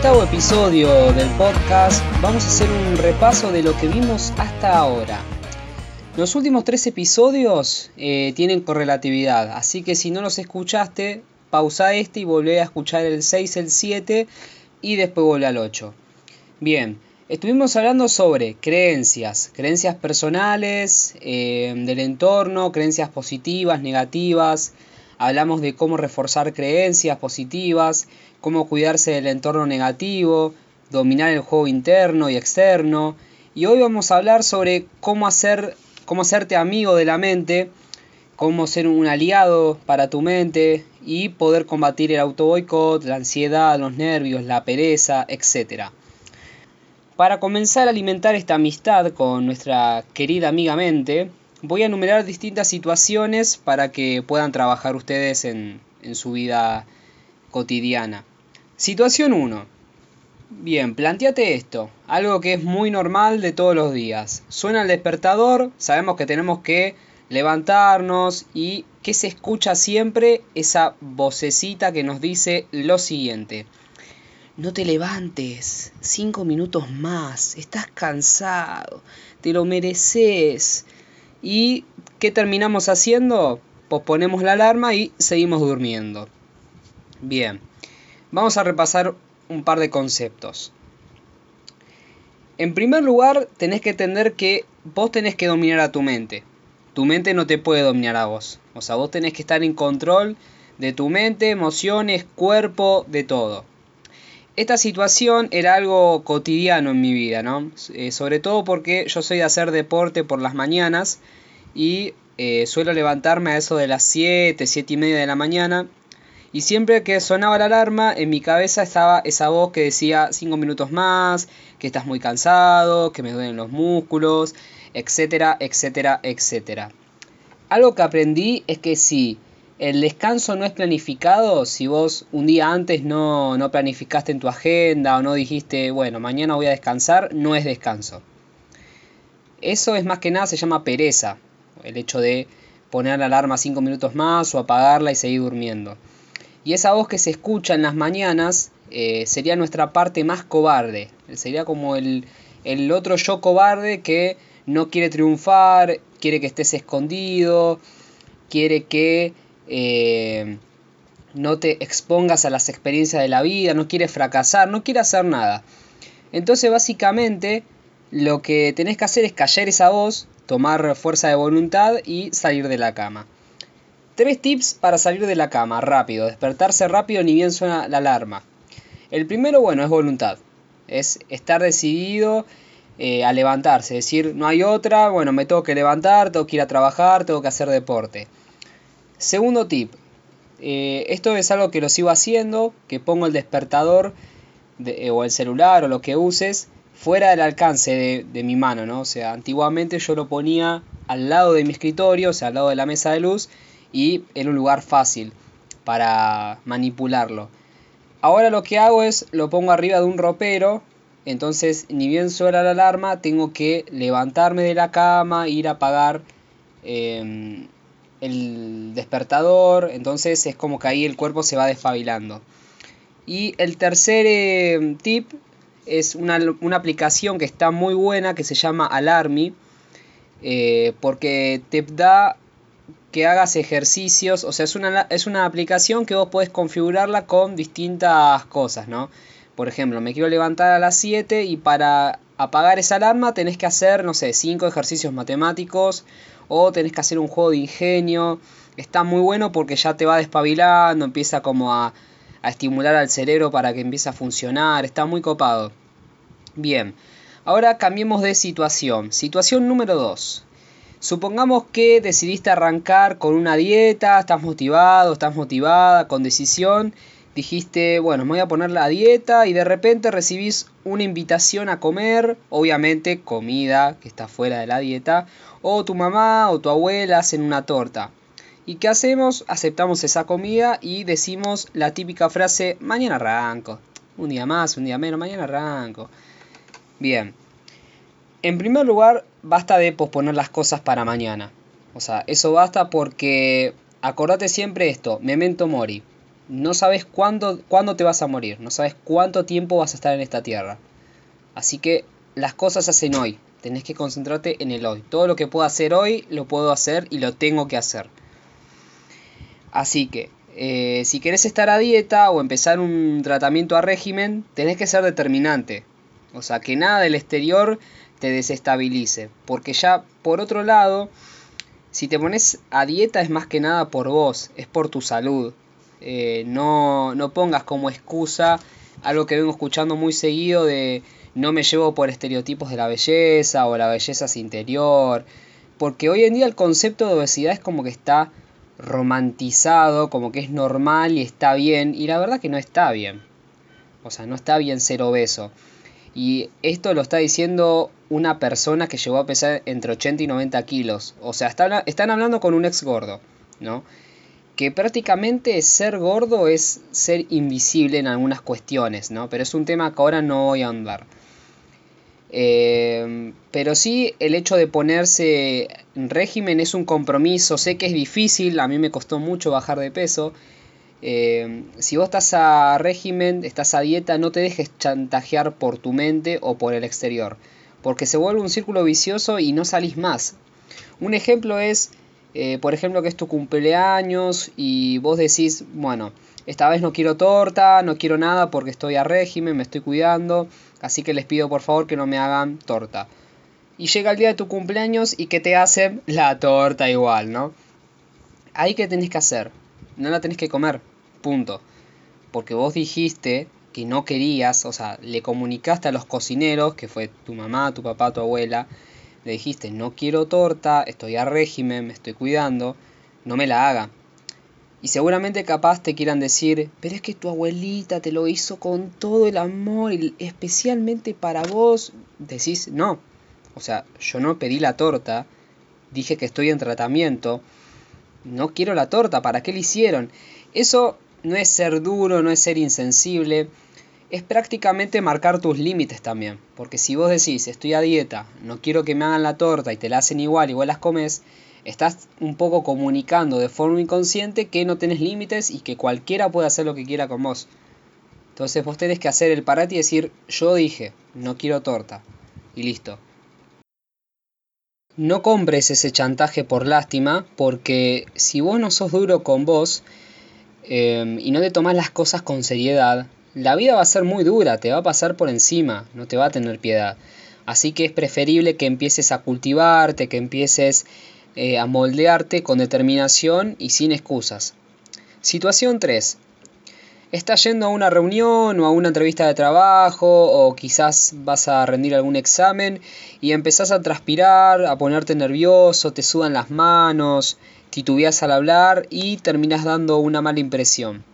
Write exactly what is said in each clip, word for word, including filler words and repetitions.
octavo episodio del podcast vamos a hacer un repaso de lo que vimos hasta ahora. Los últimos tres episodios eh, tienen correlatividad, así que si no los escuchaste, pausa este y volvé a escuchar el seis, el siete y después volvé al ocho. Bien, estuvimos hablando sobre creencias, creencias personales, eh, del entorno, creencias positivas, negativas. Hablamos de cómo reforzar creencias positivas, cómo cuidarse del entorno negativo, dominar el juego interno y externo. Y hoy vamos a hablar sobre cómo hacer, cómo hacerte amigo de la mente, cómo ser un aliado para tu mente y poder combatir el autoboicot, la ansiedad, los nervios, la pereza, etcétera. Para comenzar a alimentar esta amistad con nuestra querida amiga mente, voy a enumerar distintas situaciones para que puedan trabajar ustedes en, en su vida cotidiana. Situación uno. Bien, planteate esto, algo que es muy normal de todos los días. Suena el despertador, sabemos que tenemos que levantarnos y que se escucha siempre esa vocecita que nos dice lo siguiente. No te levantes, cinco minutos más, estás cansado, te lo mereces. ¿Y qué terminamos haciendo? Posponemos la alarma y seguimos durmiendo. Bien, vamos a repasar un par de conceptos. En primer lugar, tenés que entender que vos tenés que dominar a tu mente. Tu mente no te puede dominar a vos. O sea, vos tenés que estar en control de tu mente, emociones, cuerpo, de todo. Esta situación era algo cotidiano en mi vida, ¿no? Eh, sobre todo porque yo soy de hacer deporte por las mañanas y eh, suelo levantarme a eso de las siete, siete y media de la mañana. Y siempre que sonaba la alarma, en mi cabeza estaba esa voz que decía cinco minutos más, que estás muy cansado, que me duelen los músculos, etcétera, etcétera, etcétera. Algo que aprendí es que si el descanso no es planificado, si vos un día antes no, no planificaste en tu agenda o no dijiste, bueno, mañana voy a descansar, no es descanso. Eso es más que nada, se llama pereza, el hecho de poner la alarma cinco minutos más o apagarla y seguir durmiendo. Y esa voz que se escucha en las mañanas eh, sería nuestra parte más cobarde. Sería como el, el otro yo cobarde que no quiere triunfar, quiere que estés escondido, quiere que eh, no te expongas a las experiencias de la vida, no quiere fracasar, no quiere hacer nada. Entonces básicamente lo que tenés que hacer es callar esa voz, tomar fuerza de voluntad y salir de la cama. Tres tips para salir de la cama, rápido, despertarse rápido ni bien suena la alarma. El primero, bueno, es voluntad. Es estar decidido eh, a levantarse, es decir, no hay otra, bueno, me tengo que levantar, tengo que ir a trabajar, tengo que hacer deporte. Segundo tip, eh, esto es algo que lo sigo haciendo, que pongo el despertador de, o el celular o lo que uses fuera del alcance de, de mi mano, ¿no? O sea, antiguamente yo lo ponía al lado de mi escritorio, o sea, al lado de la mesa de luz, y en un lugar fácil para manipularlo. Ahora lo que hago es lo pongo arriba de un ropero, entonces ni bien suena la alarma tengo que levantarme de la cama, ir a apagar eh, el despertador, entonces es como que ahí el cuerpo se va despabilando. Y el tercer eh, tip es una, una aplicación que está muy buena que se llama Alarmy, eh, porque te da que hagas ejercicios, o sea, es una, es una aplicación que vos podés configurarla con distintas cosas, ¿no? Por ejemplo, me quiero levantar a las siete y para apagar esa alarma tenés que hacer, no sé, cinco ejercicios matemáticos o tenés que hacer un juego de ingenio. Está muy bueno porque ya te va despabilando, empieza como a, a estimular al cerebro para que empiece a funcionar, está muy copado. Bien, ahora cambiemos de situación. Situación número dos. Supongamos que decidiste arrancar con una dieta, estás motivado, estás motivada, con decisión. Dijiste, bueno, me voy a poner la dieta y de repente recibís una invitación a comer, obviamente comida que está fuera de la dieta, o tu mamá o tu abuela hacen una torta. ¿Y qué hacemos? Aceptamos esa comida y decimos la típica frase, mañana arranco. Un día más, un día menos, mañana arranco. Bien. En primer lugar, basta de posponer las cosas para mañana. O sea, eso basta porque acordate siempre esto, memento mori. no sabes cuándo, cuándo te vas a morir, no sabes cuánto tiempo vas a estar en esta tierra. Así que las cosas se hacen hoy, tenés que concentrarte en el hoy. Todo lo que puedo hacer hoy, lo puedo hacer y lo tengo que hacer. Así que, eh, si querés estar a dieta o empezar un tratamiento a régimen, tenés que ser determinante. O sea, que nada del exterior te desestabilice. Porque ya, por otro lado, si te pones a dieta es más que nada por vos, es por tu salud. Eh, no, no pongas como excusa algo que vengo escuchando muy seguido de no me llevo por estereotipos de la belleza o la belleza es interior. Porque hoy en día el concepto de obesidad es como que está romantizado, como que es normal y está bien. Y la verdad que no está bien. O sea, no está bien ser obeso. Y esto lo está diciendo una persona que llegó a pesar entre ochenta y noventa kilos. O sea, está, están hablando con un ex gordo, ¿no? Que prácticamente ser gordo es ser invisible en algunas cuestiones, ¿no? Pero es un tema que ahora no voy a ahondar. Eh, pero sí, el hecho de ponerse en régimen es un compromiso. Sé que es difícil, a mí me costó mucho bajar de peso. Eh, si vos estás a régimen, estás a dieta, no te dejes chantajear por tu mente o por el exterior, porque se vuelve un círculo vicioso y no salís más. Un ejemplo es, eh, por ejemplo, que es tu cumpleaños y vos decís, bueno, esta vez no quiero torta, no quiero nada porque estoy a régimen, me estoy cuidando, así que les pido por favor que no me hagan torta. Y llega el día de tu cumpleaños y que te hacen la torta igual, ¿no? Ahí qué tenés que hacer, no la tenés que comer. Punto. Porque vos dijiste que no querías, o sea, le comunicaste a los cocineros, que fue tu mamá, tu papá, tu abuela, le dijiste, no quiero torta, estoy a régimen, me estoy cuidando, no me la haga. Y seguramente capaz te quieran decir, pero es que tu abuelita te lo hizo con todo el amor, y especialmente para vos. Decís, no, o sea, yo no pedí la torta, dije que estoy en tratamiento, no quiero la torta, ¿para qué la hicieron? Eso no es ser duro, no es ser insensible, es prácticamente marcar tus límites también. Porque si vos decís, estoy a dieta, no quiero que me hagan la torta y te la hacen igual y vos las comes, estás un poco comunicando de forma inconsciente que no tenés límites y que cualquiera puede hacer lo que quiera con vos. Entonces vos tenés que hacer el parate y decir, yo dije, no quiero torta. Y listo. No compres ese chantaje por lástima, porque si vos no sos duro con vos, eh, y no te tomas las cosas con seriedad, la vida va a ser muy dura, te va a pasar por encima, no te va a tener piedad. Así que es preferible que empieces a cultivarte, que empieces eh, a moldearte con determinación y sin excusas. Situación tres. Estás yendo a una reunión o a una entrevista de trabajo o quizás vas a rendir algún examen y empezás a transpirar, a ponerte nervioso, te sudan las manos, titubeas al hablar y terminas dando una mala impresión.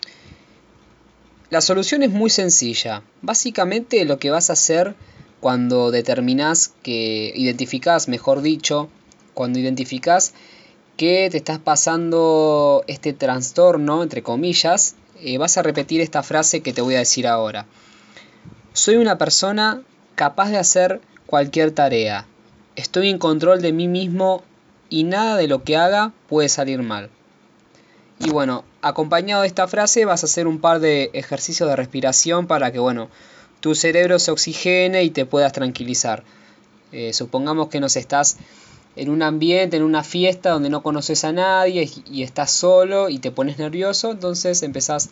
La solución es muy sencilla. Básicamente lo que vas a hacer cuando determinás que identificás, mejor dicho, cuando identificás que te estás pasando este trastorno, entre comillas, eh, vas a repetir esta frase que te voy a decir ahora. Soy una persona capaz de hacer cualquier tarea. Estoy en control de mí mismo y nada de lo que haga puede salir mal. Y bueno, acompañado de esta frase vas a hacer un par de ejercicios de respiración para que, bueno, tu cerebro se oxigene y te puedas tranquilizar. Eh, supongamos que nos estás en un ambiente, en una fiesta donde no conoces a nadie y estás solo y te pones nervioso, entonces empezás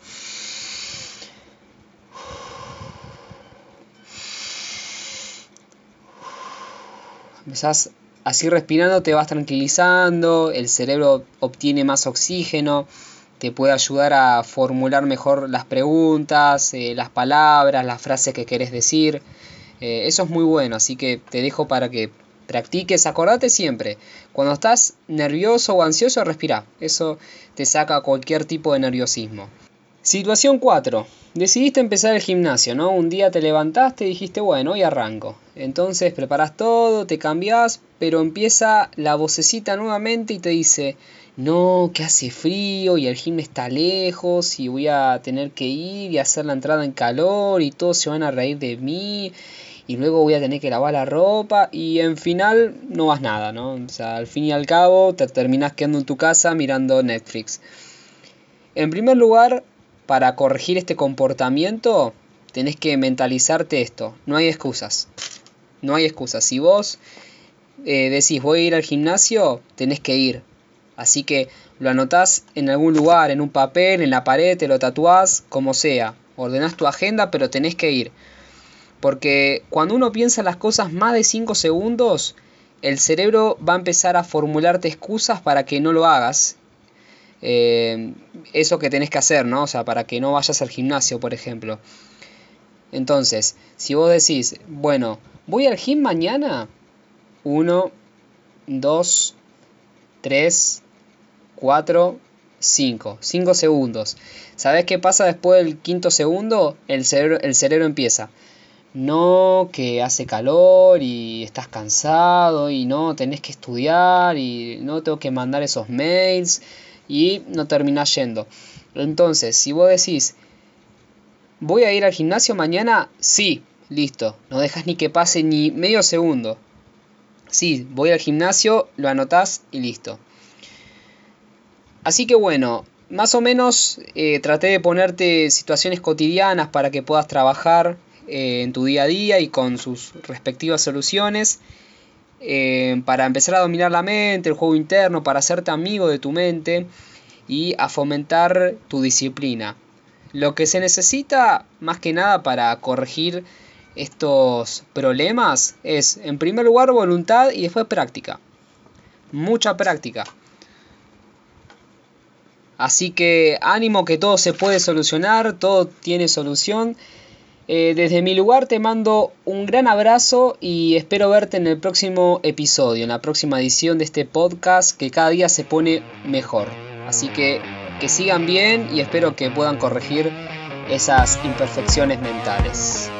empezás así respirando, te vas tranquilizando, el cerebro obtiene más oxígeno, te puede ayudar a formular mejor las preguntas, eh, las palabras, las frases que querés decir. Eh, eso es muy bueno, así que te dejo para que practiques. Acordate siempre, cuando estás nervioso o ansioso, respira. Eso te saca cualquier tipo de nerviosismo. Situación cuatro. Decidiste empezar el gimnasio, ¿no? Un día te levantaste y dijiste, bueno, hoy arranco. Entonces preparás todo, te cambiás, pero empieza la vocecita nuevamente y te dice, no, que hace frío y el gym está lejos y voy a tener que ir y hacer la entrada en calor y todos se van a reír de mí y luego voy a tener que lavar la ropa y en final no vas nada, ¿no? O sea, al fin y al cabo te terminás quedando en tu casa mirando Netflix. En primer lugar, para corregir este comportamiento, tenés que mentalizarte esto. No hay excusas. No hay excusas. Si vos eh, decís voy a ir al gimnasio, tenés que ir. Así que lo anotás en algún lugar, en un papel, en la pared, te lo tatuás, como sea. Ordenás tu agenda, pero tenés que ir. Porque cuando uno piensa las cosas más de cinco segundos, el cerebro va a empezar a formularte excusas para que no lo hagas. Eh, eso que tenés que hacer, ¿no? O sea, para que no vayas al gimnasio, por ejemplo. Entonces, si vos decís, bueno, voy al gym mañana, uno, dos, tres, cuatro, cinco. cinco segundos. ¿Sabés qué pasa después del quinto segundo? El cerebro, el cerebro empieza. No, que hace calor y estás cansado y no, tenés que estudiar y no tengo que mandar esos mails y no terminás yendo. Entonces, si vos decís, ¿voy a ir al gimnasio mañana? Sí, listo. No dejas ni que pase ni medio segundo. Sí, voy al gimnasio, lo anotás y listo. Así que bueno, más o menos eh, traté de ponerte situaciones cotidianas para que puedas trabajar eh, en tu día a día y con sus respectivas soluciones. Eh, para empezar a dominar la mente, el juego interno, para hacerte amigo de tu mente y a fomentar tu disciplina. Lo que se necesita más que nada para corregir estos problemas es, en primer lugar, voluntad y después práctica. Mucha práctica. Así que ánimo, que todo se puede solucionar, todo tiene solución. Eh, desde mi lugar te mando un gran abrazo y espero verte en el próximo episodio, en la próxima edición de este podcast que cada día se pone mejor. Así que que sigan bien y espero que puedan corregir esas imperfecciones mentales.